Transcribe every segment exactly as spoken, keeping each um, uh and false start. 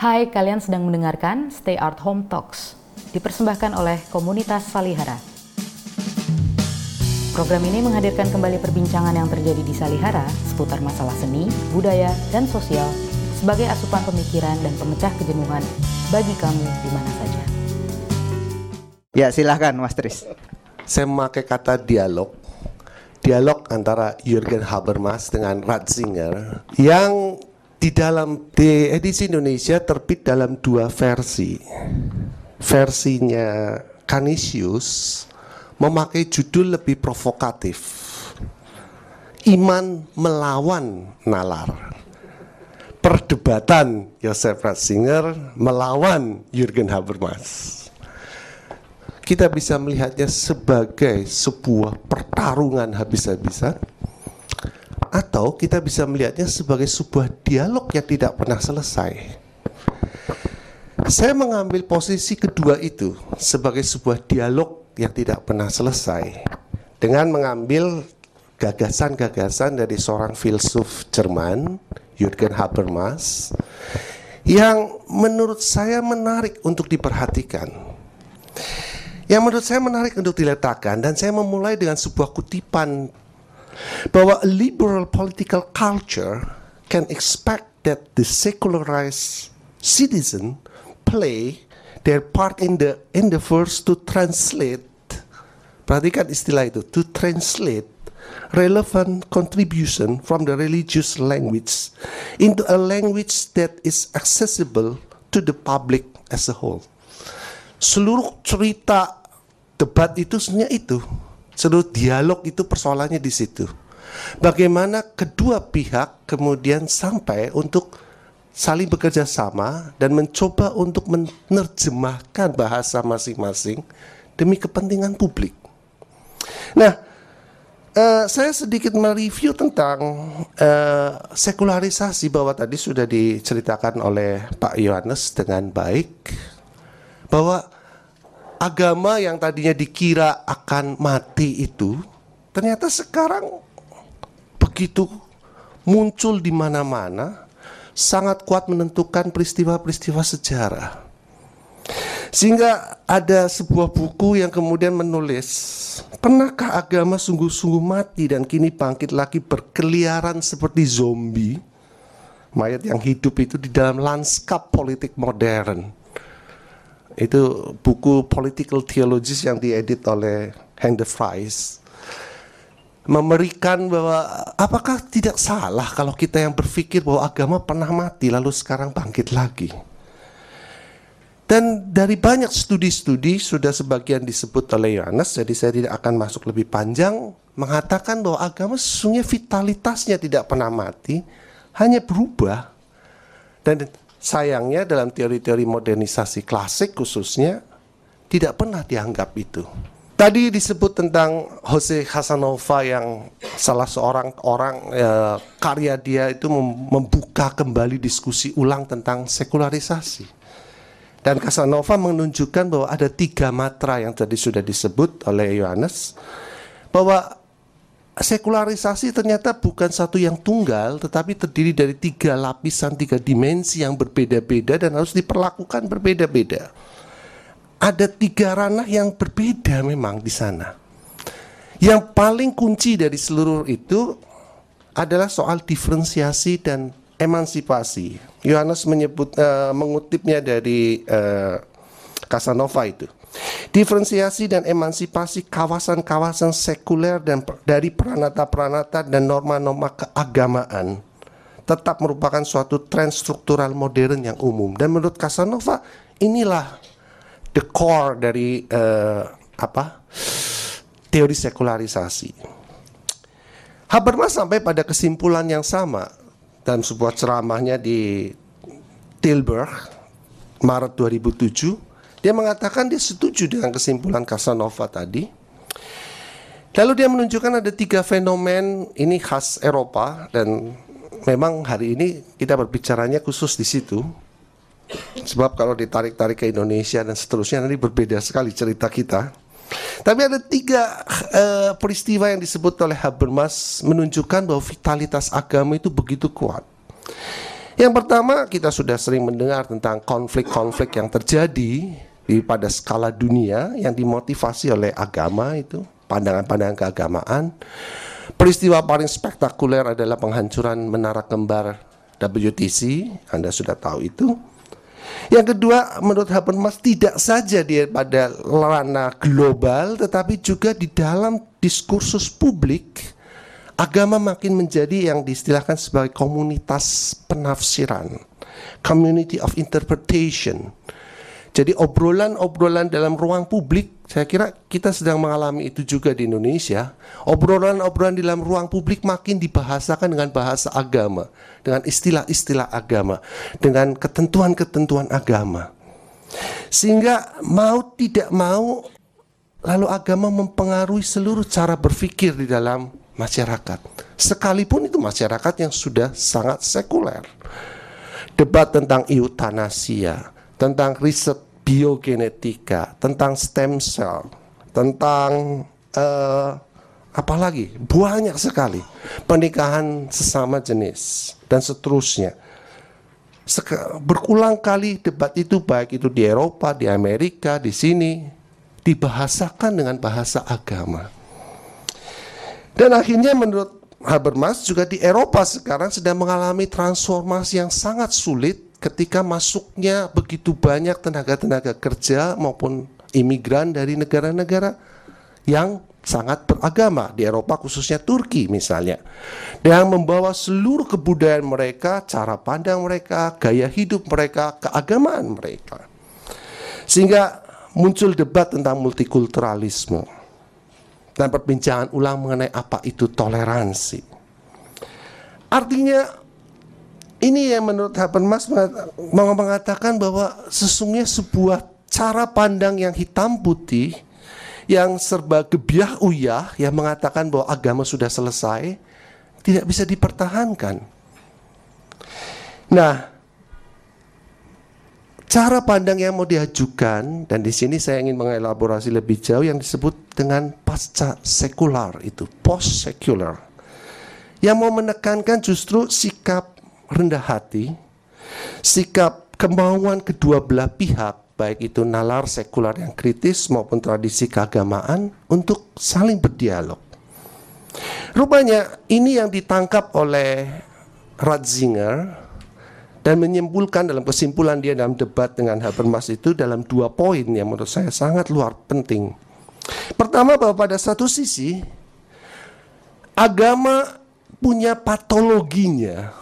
Hai, kalian sedang mendengarkan Stay Art Home Talks, dipersembahkan oleh komunitas Salihara. Program ini menghadirkan kembali perbincangan yang terjadi di Salihara seputar masalah seni, budaya, dan sosial sebagai asupan pemikiran dan pemecah kejenuhan bagi kamu di mana saja. Ya, silahkan Mas Tris. Saya memakai kata dialog. Dialog antara Jürgen Habermas dengan Ratzinger yang di dalam di edisi Indonesia terbit dalam dua versi. Versinya Canisius memakai judul lebih provokatif, Iman Melawan Nalar. Perdebatan Joseph Ratzinger melawan Jürgen Habermas. Kita bisa melihatnya sebagai sebuah pertarungan habis-habisan, atau kita bisa melihatnya sebagai sebuah dialog yang tidak pernah selesai. Saya mengambil posisi kedua itu sebagai sebuah dialog yang tidak pernah selesai, dengan mengambil gagasan-gagasan dari seorang filsuf Jerman, Jürgen Habermas, yang menurut saya menarik untuk diperhatikan. Yang menurut saya menarik untuk diletakkan, dan saya memulai dengan sebuah kutipan bahwa a liberal political culture can expect that the secularized citizen play their part in the endeavors to translate, perhatikan istilah itu, to translate relevant contribution from the religious language into a language that is accessible to the public as a whole. Seluruh cerita debat itu sebenarnya itu, seluruh dialog itu persoalannya di situ. Bagaimana kedua pihak kemudian sampai untuk saling bekerja sama dan mencoba untuk menerjemahkan bahasa masing-masing demi kepentingan publik. Nah, uh, saya sedikit mereview tentang uh, sekularisasi, bahwa tadi sudah diceritakan oleh Pak Yohanes dengan baik, bahwa agama yang tadinya dikira akan mati itu ternyata sekarang begitu muncul di mana-mana, sangat kuat menentukan peristiwa-peristiwa sejarah. Sehingga ada sebuah buku yang kemudian menulis, pernahkah agama sungguh-sungguh mati dan kini bangkit lagi berkeliaran seperti zombie, mayat yang hidup itu di dalam lanskap politik modern. Itu buku Political Theologies yang diedit oleh Hende Fries, memberikan bahwa apakah tidak salah kalau kita yang berpikir bahwa agama pernah mati lalu sekarang bangkit lagi. Dan dari banyak studi-studi, sudah sebagian disebut oleh Yohanes, jadi saya tidak akan masuk lebih panjang, mengatakan bahwa agama sesungguhnya vitalitasnya tidak pernah mati, hanya berubah. Dan sayangnya dalam teori-teori modernisasi klasik khususnya tidak pernah dianggap itu. Tadi disebut tentang Jose Casanova yang salah seorang orang eh, karya dia itu membuka kembali diskusi ulang tentang sekularisasi. Dan Casanova menunjukkan bahwa ada tiga matra yang tadi sudah disebut oleh Yohanes, bahwa sekularisasi ternyata bukan satu yang tunggal, tetapi terdiri dari tiga lapisan, tiga dimensi yang berbeda-beda dan harus diperlakukan berbeda-beda. Ada tiga ranah yang berbeda memang di sana. Yang paling kunci dari seluruh itu adalah soal diferensiasi dan emansipasi. Yohanes menyebut uh, mengutipnya dari uh, Casanova itu. Diferensiasi dan emansipasi kawasan-kawasan sekuler dan dari peranata-peranata dan norma-norma keagamaan tetap merupakan suatu tren struktural modern yang umum. Dan menurut Casanova, inilah the core dari uh, apa teori sekularisasi. Habermas sampai pada kesimpulan yang sama dalam sebuah ceramahnya di Tilburg Maret dua ribu tujuh. Dia mengatakan dia setuju dengan kesimpulan Casanova tadi. Lalu dia menunjukkan ada tiga fenomen, ini khas Eropa, dan memang hari ini kita berbicaranya khusus di situ. Sebab kalau ditarik-tarik ke Indonesia dan seterusnya nanti berbeda sekali cerita kita. Tapi ada tiga uh, peristiwa yang disebut oleh Habermas menunjukkan bahwa vitalitas agama itu begitu kuat. Yang pertama, kita sudah sering mendengar tentang konflik-konflik yang terjadi di pada skala dunia yang dimotivasi oleh agama, itu pandangan-pandangan keagamaan. Peristiwa paling spektakuler adalah penghancuran menara kembar W T C, Anda sudah tahu itu. Yang kedua, menurut Habermas tidak saja dia pada ranah global, tetapi juga di dalam diskursus publik, agama makin menjadi yang diistilahkan sebagai komunitas penafsiran, community of interpretation. Jadi obrolan-obrolan dalam ruang publik, saya kira kita sedang mengalami itu juga di Indonesia. Obrolan-obrolan di dalam ruang publik makin dibahasakan dengan bahasa agama, dengan istilah-istilah agama, dengan ketentuan-ketentuan agama. Sehingga mau tidak mau, lalu agama mempengaruhi seluruh cara berpikir di dalam masyarakat. Sekalipun itu masyarakat yang sudah sangat sekuler. Debat tentang eutanasia, tentang riset biogenetika, tentang stem cell, tentang uh, apa lagi? Banyak sekali. Pernikahan sesama jenis dan seterusnya. Sek- berulang kali debat itu, baik itu di Eropa, di Amerika, di sini, dibahasakan dengan bahasa agama. Dan akhirnya menurut Habermas juga di Eropa sekarang sedang mengalami transformasi yang sangat sulit ketika masuknya begitu banyak tenaga-tenaga kerja maupun imigran dari negara-negara yang sangat beragama. Di Eropa khususnya Turki misalnya, yang membawa seluruh kebudayaan mereka, cara pandang mereka, gaya hidup mereka, keagamaan mereka. Sehingga muncul debat tentang multikulturalisme dan perbincangan ulang mengenai apa itu toleransi. Artinya ini yang menurut Habermas mengatakan bahwa sesungguhnya sebuah cara pandang yang hitam putih, yang serba gebiah uyah, yang mengatakan bahwa agama sudah selesai, tidak bisa dipertahankan. Nah, cara pandang yang mau diajukan, dan di sini saya ingin mengelaborasi lebih jauh yang disebut dengan pasca sekular itu, post secular, yang mau menekankan justru sikap rendah hati, sikap kemauan kedua belah pihak, baik itu nalar sekular yang kritis maupun tradisi keagamaan, untuk saling berdialog. Rupanya ini yang ditangkap oleh Ratzinger dan menyimpulkan dalam kesimpulan dia dalam debat dengan Habermas itu dalam dua poin yang menurut saya sangat luar penting. Pertama, bahwa pada satu sisi agama punya patologinya.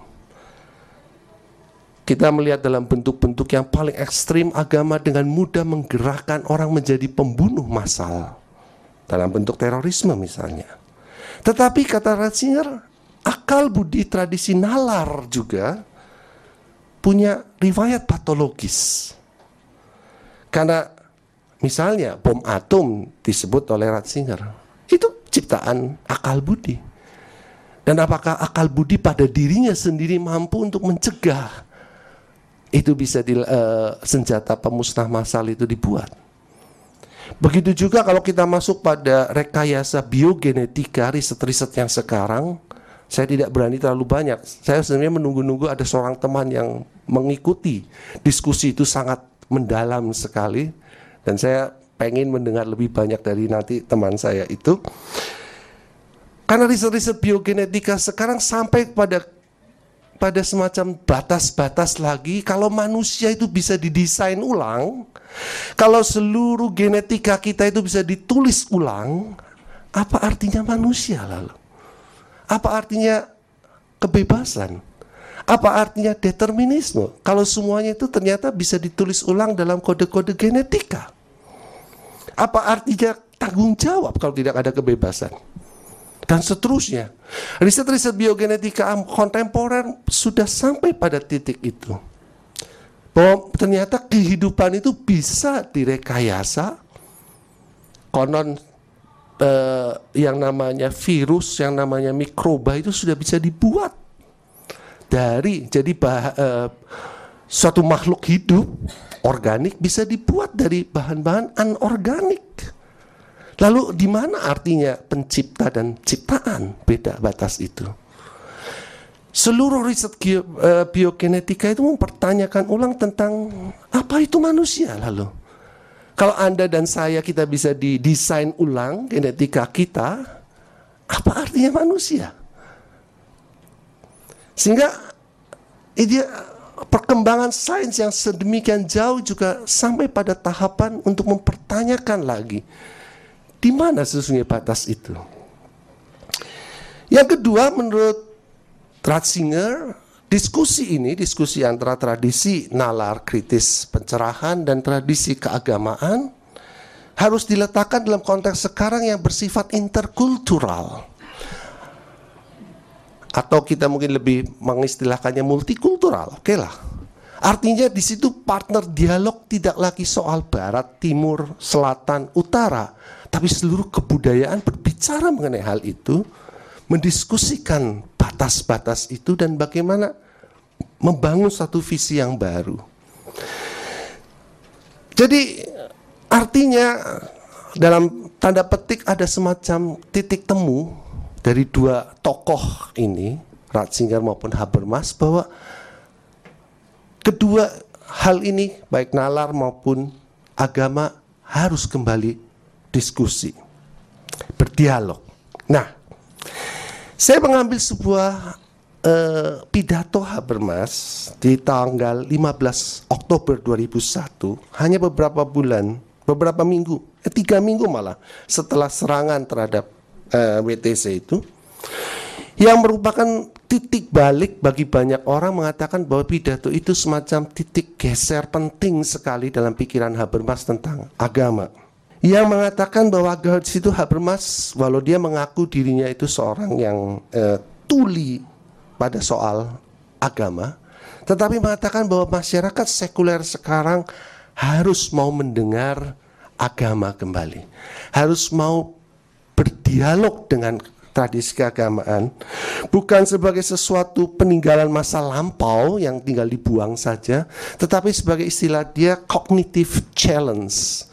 Kita melihat dalam bentuk-bentuk yang paling ekstrim, agama dengan mudah menggerakkan orang menjadi pembunuh massal dalam bentuk terorisme misalnya. Tetapi kata Ratzinger, akal budi tradisi nalar juga punya riwayat patologis. Karena misalnya bom atom disebut oleh Ratzinger, itu ciptaan akal budi. Dan apakah akal budi pada dirinya sendiri mampu untuk mencegah itu bisa di, uh, senjata pemusnah massal itu dibuat? Begitu juga kalau kita masuk pada rekayasa biogenetika, riset-riset yang sekarang, saya tidak berani terlalu banyak. Saya sebenarnya menunggu-nunggu ada seorang teman yang mengikuti diskusi itu sangat mendalam sekali, dan saya pengen mendengar lebih banyak dari nanti teman saya itu. Karena riset-riset biogenetika sekarang sampai pada pada semacam batas-batas lagi. Kalau manusia itu bisa didesain ulang, kalau seluruh genetika kita itu bisa ditulis ulang, apa artinya manusia lalu? Apa artinya kebebasan? Apa artinya determinisme? Kalau semuanya itu ternyata bisa ditulis ulang dalam kode-kode genetika. Apa artinya tanggung jawab kalau tidak ada kebebasan? Dan seterusnya. Riset-riset biogenetika kontemporer sudah sampai pada titik itu, bahwa ternyata kehidupan itu bisa direkayasa. Konon eh, yang namanya virus, yang namanya mikroba itu sudah bisa dibuat dari, jadi bah, eh, suatu makhluk hidup organik bisa dibuat dari bahan-bahan anorganik. Lalu di mana artinya pencipta dan ciptaan? Beda batas itu. seluruh riset bio, uh, biogenetika itu mempertanyakan ulang tentang apa itu manusia lalu. Kalau Anda dan saya kita bisa didesain ulang genetika kita, apa artinya manusia? Sehingga ide perkembangan sains yang sedemikian jauh juga sampai pada tahapan untuk mempertanyakan lagi di mana sesungguhnya batas itu. Yang kedua, menurut Ratzinger, diskusi ini, diskusi antara tradisi nalar kritis pencerahan dan tradisi keagamaan harus diletakkan dalam konteks sekarang yang bersifat interkultural. Atau kita mungkin lebih mengistilahkannya multikultural, oke lah. Artinya di situ partner dialog tidak lagi soal barat, timur, selatan, utara, tapi seluruh kebudayaan berbicara mengenai hal itu, mendiskusikan batas-batas itu dan bagaimana membangun satu visi yang baru. Jadi artinya dalam tanda petik ada semacam titik temu dari dua tokoh ini, Ratzinger maupun Habermas, bahwa kedua hal ini baik nalar maupun agama harus kembali diskusi, berdialog. Nah, saya mengambil sebuah uh, pidato Habermas di tanggal lima belas Oktober dua ribu satu, hanya beberapa bulan, beberapa minggu, eh, tiga minggu malah setelah serangan terhadap uh, W T C itu, yang merupakan titik balik bagi banyak orang mengatakan bahwa pidato itu semacam titik geser penting sekali dalam pikiran Habermas tentang agama. Yang mengatakan bahwa di situ Habermas, walau dia mengaku dirinya itu seorang yang eh, tuli pada soal agama, tetapi mengatakan bahwa masyarakat sekuler sekarang harus mau mendengar agama kembali, harus mau berdialog dengan tradisi keagamaan, bukan sebagai sesuatu peninggalan masa lampau yang tinggal dibuang saja, tetapi sebagai istilah dia cognitive challenge.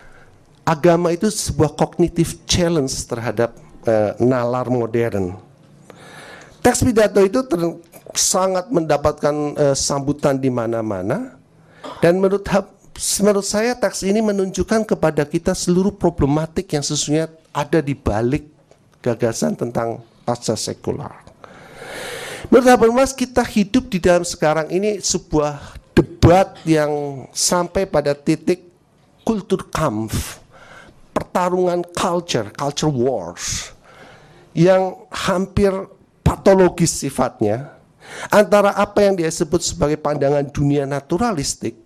Agama itu sebuah cognitive challenge terhadap uh, nalar modern. Teks pidato itu ter- sangat mendapatkan uh, sambutan di mana-mana, dan menurut menurut saya teks ini menunjukkan kepada kita seluruh problematik yang sesungguhnya ada di balik gagasan tentang pasca sekular. Menurut Habermas, kita hidup di dalam sekarang ini sebuah debat yang sampai pada titik Kulturkampf, pertarungan culture, culture wars yang hampir patologis sifatnya antara apa yang dia sebut sebagai pandangan dunia naturalistik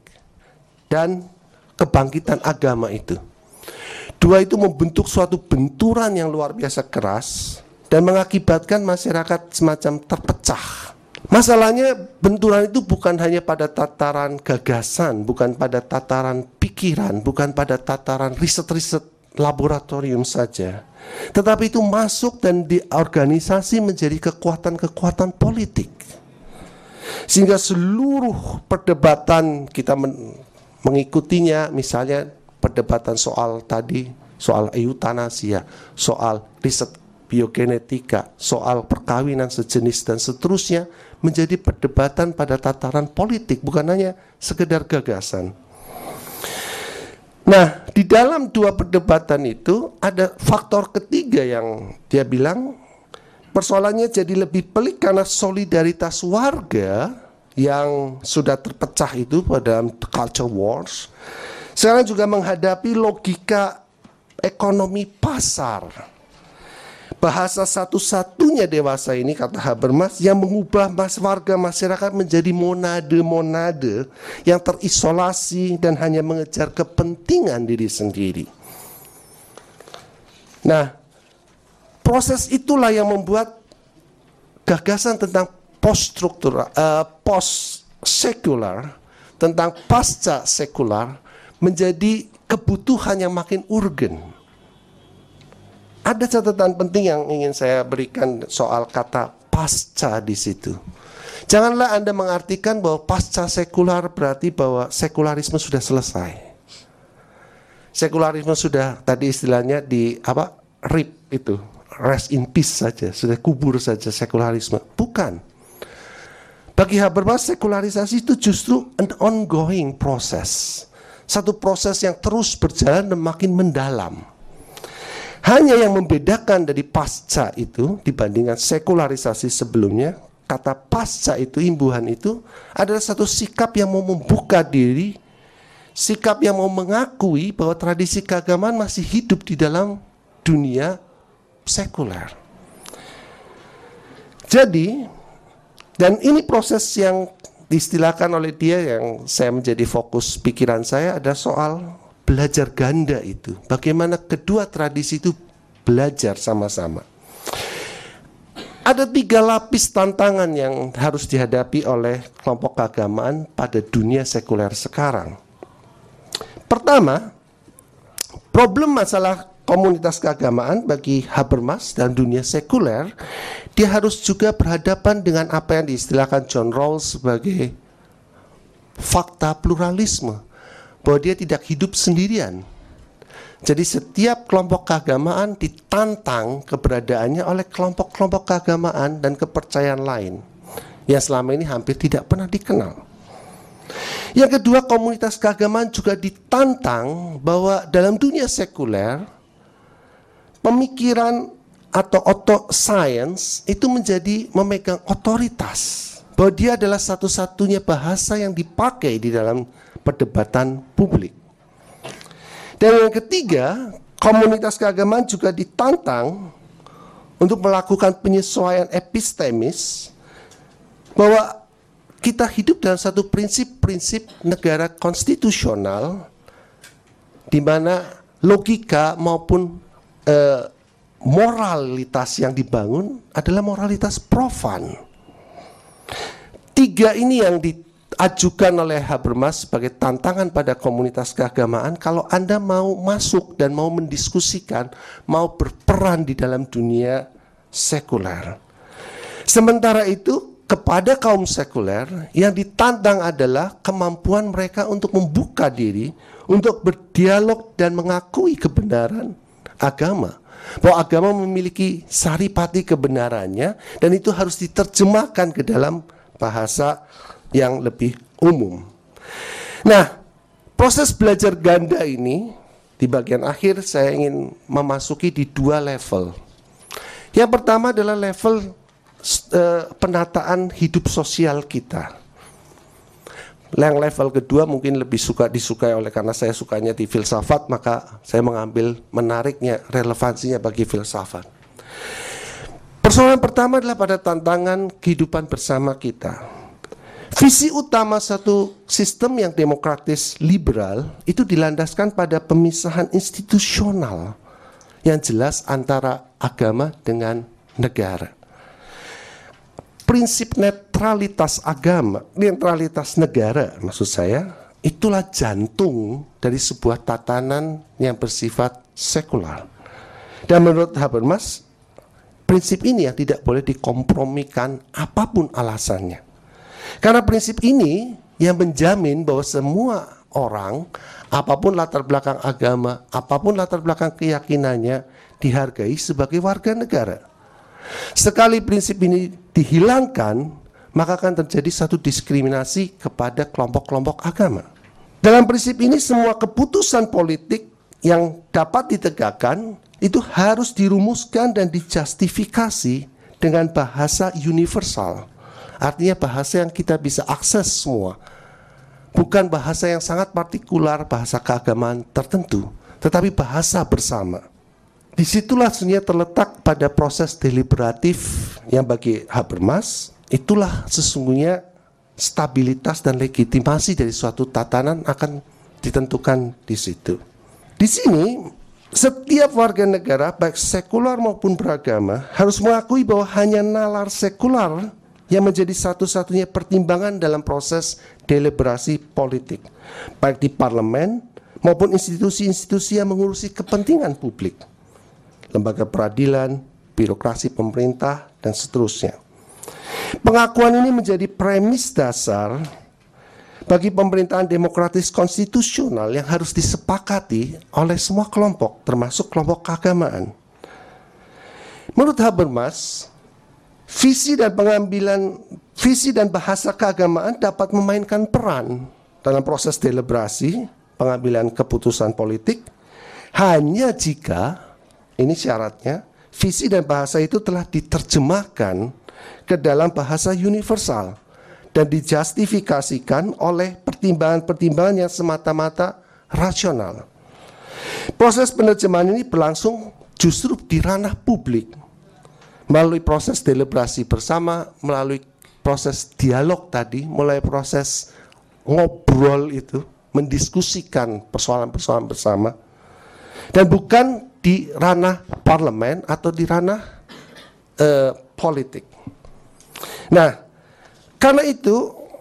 dan kebangkitan agama itu. Dua itu membentuk suatu benturan yang luar biasa keras dan mengakibatkan masyarakat semacam terpecah. Masalahnya benturan itu bukan hanya pada tataran gagasan, bukan pada tataran pikiran, bukan pada tataran riset-riset laboratorium saja, tetapi itu masuk dan diorganisasi menjadi kekuatan-kekuatan politik, sehingga seluruh perdebatan kita men- mengikutinya, misalnya perdebatan soal tadi, soal eutanasia, soal riset biogenetika, soal perkawinan sejenis dan seterusnya, menjadi perdebatan pada tataran politik, bukan hanya sekedar gagasan. Nah, di dalam dua perdebatan itu ada faktor ketiga yang dia bilang persoalannya jadi lebih pelik karena solidaritas warga yang sudah terpecah itu pada culture wars sekarang juga menghadapi logika ekonomi pasar. Bahasa satu-satunya dewasa ini, kata Habermas, yang mengubah mas warga masyarakat menjadi monade-monade yang terisolasi dan hanya mengejar kepentingan diri sendiri. Nah, proses itulah yang membuat gagasan tentang post-struktural, uh, post-sekular, tentang pasca sekular menjadi kebutuhan yang makin urgen. Ada catatan penting yang ingin saya berikan soal kata pasca di situ. Janganlah Anda mengartikan bahwa pasca sekular berarti bahwa sekularisme sudah selesai. Sekularisme sudah, tadi istilahnya di apa? R I P itu, rest in peace saja, sudah kubur saja sekularisme. Bukan. Bagi Habermas, sekularisasi itu justru an ongoing proses. Satu proses yang terus berjalan dan makin mendalam. Hanya yang membedakan dari pasca itu dibandingkan sekularisasi sebelumnya, kata pasca itu, imbuhan itu adalah satu sikap yang mau membuka diri, sikap yang mau mengakui bahwa tradisi keagamaan masih hidup di dalam dunia sekuler. Jadi, dan ini proses yang diistilahkan oleh dia yang saya menjadi fokus pikiran saya adalah soal belajar ganda itu. Bagaimana kedua tradisi itu belajar sama-sama. Ada tiga lapis tantangan yang harus dihadapi oleh kelompok keagamaan pada dunia sekuler sekarang. Pertama, problem masalah komunitas keagamaan bagi Habermas dan dunia sekuler, dia harus juga berhadapan dengan apa yang diistilahkan John Rawls sebagai fakta pluralisme, bahwa dia tidak hidup sendirian. Jadi setiap kelompok keagamaan ditantang keberadaannya oleh kelompok-kelompok keagamaan dan kepercayaan lain yang selama ini hampir tidak pernah dikenal. Yang kedua, komunitas keagamaan juga ditantang bahwa dalam dunia sekuler, pemikiran atau auto science itu menjadi memegang otoritas, bahwa dia adalah satu-satunya bahasa yang dipakai di dalam perdebatan publik. Dan yang ketiga, komunitas keagamaan juga ditantang untuk melakukan penyesuaian epistemis, bahwa kita hidup dalam satu prinsip-prinsip negara konstitusional di mana logika maupun eh, moralitas yang dibangun adalah moralitas profan. Tiga ini yang diajukan oleh Habermas sebagai tantangan pada komunitas keagamaan kalau Anda mau masuk dan mau mendiskusikan, mau berperan di dalam dunia sekuler. Sementara itu, kepada kaum sekuler yang ditantang adalah kemampuan mereka untuk membuka diri, untuk berdialog dan mengakui kebenaran agama. Bahwa agama memiliki saripati kebenarannya dan itu harus diterjemahkan ke dalam bahasa yang lebih umum. Nah, proses belajar ganda ini di bagian akhir saya ingin memasuki di dua level. Yang pertama adalah level uh, penataan hidup sosial kita. Yang level kedua mungkin lebih suka disukai oleh karena saya sukanya di filsafat, maka saya mengambil menariknya, relevansinya bagi filsafat. Persoalan pertama adalah pada tantangan kehidupan bersama kita. Visi utama satu sistem yang demokratis liberal itu dilandaskan pada pemisahan institusional yang jelas antara agama dengan negara. Prinsip netralitas agama, netralitas negara maksud saya, itulah jantung dari sebuah tatanan yang bersifat sekular. Dan menurut Habermas, prinsip ini yang tidak boleh dikompromikan apapun alasannya. Karena prinsip ini yang menjamin bahwa semua orang, apapun latar belakang agama, apapun latar belakang keyakinannya, dihargai sebagai warga negara. Sekali prinsip ini dihilangkan, maka akan terjadi satu diskriminasi kepada kelompok-kelompok agama. Dalam prinsip ini, semua keputusan politik yang dapat ditegakkan itu harus dirumuskan dan dijustifikasi dengan bahasa universal. Artinya bahasa yang kita bisa akses semua. Bukan bahasa yang sangat partikular, bahasa keagamaan tertentu, tetapi bahasa bersama. Disitulah sebenarnya terletak pada proses deliberatif yang bagi Habermas, itulah sesungguhnya stabilitas dan legitimasi dari suatu tatanan akan ditentukan di situ. Di sini, setiap warga negara, baik sekular maupun beragama, harus mengakui bahwa hanya nalar sekular yang menjadi satu-satunya pertimbangan dalam proses deliberasi politik, baik di parlemen maupun institusi-institusi yang mengurusi kepentingan publik, lembaga peradilan, birokrasi pemerintah, dan seterusnya. Pengakuan ini menjadi premis dasar bagi pemerintahan demokratis konstitusional yang harus disepakati oleh semua kelompok, termasuk kelompok keagamaan. Menurut Habermas, visi dan pengambilan visi dan bahasa keagamaan dapat memainkan peran dalam proses deliberasi pengambilan keputusan politik hanya jika, ini syaratnya, visi dan bahasa itu telah diterjemahkan ke dalam bahasa universal dan dijustifikasikan oleh pertimbangan-pertimbangan yang semata-mata rasional. Proses penerjemahan ini berlangsung justru di ranah publik, melalui proses deliberasi bersama, melalui proses dialog tadi, mulai proses ngobrol itu, mendiskusikan persoalan-persoalan bersama, dan bukan di ranah parlemen atau di ranah eh, politik. Nah, karena itu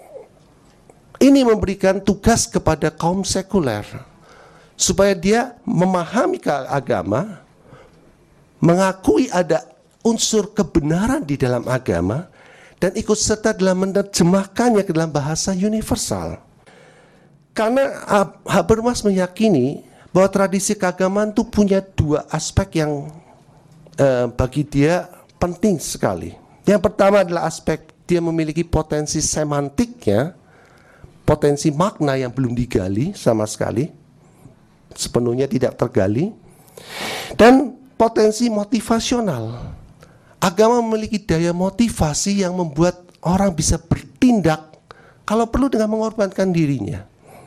ini memberikan tugas kepada kaum sekuler supaya dia memahami agama, mengakui ada unsur kebenaran di dalam agama, dan ikut serta dalam menerjemahkannya ke dalam bahasa universal. Karena Habermas meyakini bahwa tradisi keagamaan itu punya dua aspek yang eh, bagi dia penting sekali. Yang pertama adalah aspek dia memiliki potensi semantiknya, potensi makna yang belum digali sama sekali, sepenuhnya tidak tergali, dan potensi motivasional. Agama memiliki daya motivasi yang membuat orang bisa bertindak kalau perlu dengan mengorbankan dirinya.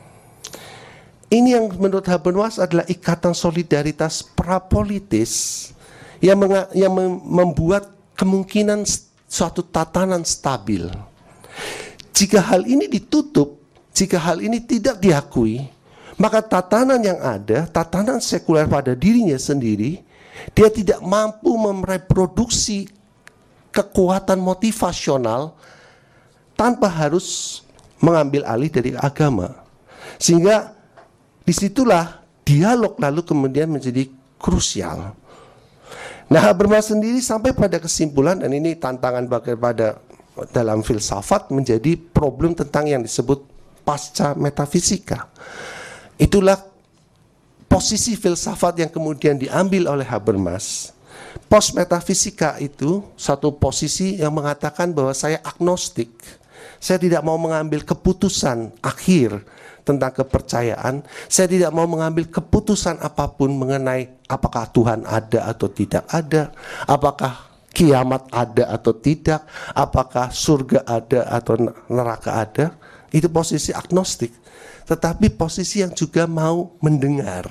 Ini yang menurut Habermas adalah ikatan solidaritas prapolitis yang, yang membuat kemungkinan suatu tatanan stabil. Jika hal ini ditutup, jika hal ini tidak diakui, maka tatanan yang ada, tatanan sekuler pada dirinya sendiri, dia tidak mampu mereproduksi kekuatan motivasional tanpa harus mengambil alih dari agama. Sehingga disitulah dialog lalu kemudian menjadi krusial. Nah, Habermas sendiri sampai pada kesimpulan, dan ini tantangan bagi pada dalam filsafat, menjadi problem tentang yang disebut pasca metafisika. Itulah posisi filsafat yang kemudian diambil oleh Habermas. Post metafisika itu satu posisi yang mengatakan bahwa saya agnostik. Saya tidak mau mengambil keputusan akhir tentang kepercayaan. Saya tidak mau mengambil keputusan apapun mengenai apakah Tuhan ada atau tidak ada, apakah kiamat ada atau tidak, apakah surga ada atau neraka ada. Itu posisi agnostik, tetapi posisi yang juga mau mendengar.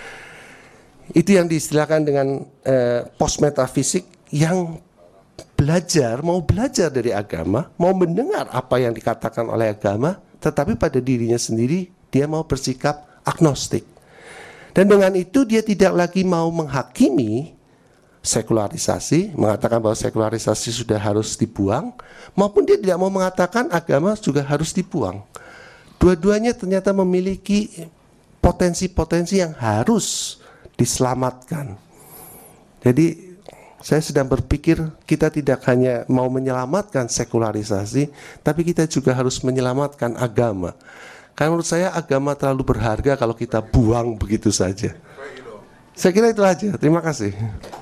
Itu yang diistilahkan dengan eh, post metafisik, yang belajar, mau belajar dari agama, mau mendengar apa yang dikatakan oleh agama, tetapi pada dirinya sendiri dia mau bersikap agnostik. Dan dengan itu dia tidak lagi mau menghakimi sekularisasi, mengatakan bahwa sekularisasi sudah harus dibuang, maupun dia tidak mau mengatakan agama juga harus dibuang. Dua-duanya ternyata memiliki potensi-potensi yang harus diselamatkan. Jadi saya sedang berpikir kita tidak hanya mau menyelamatkan sekularisasi, tapi kita juga harus menyelamatkan agama. Karena menurut saya agama terlalu berharga kalau kita buang begitu saja. Saya kira itu aja. Terima kasih.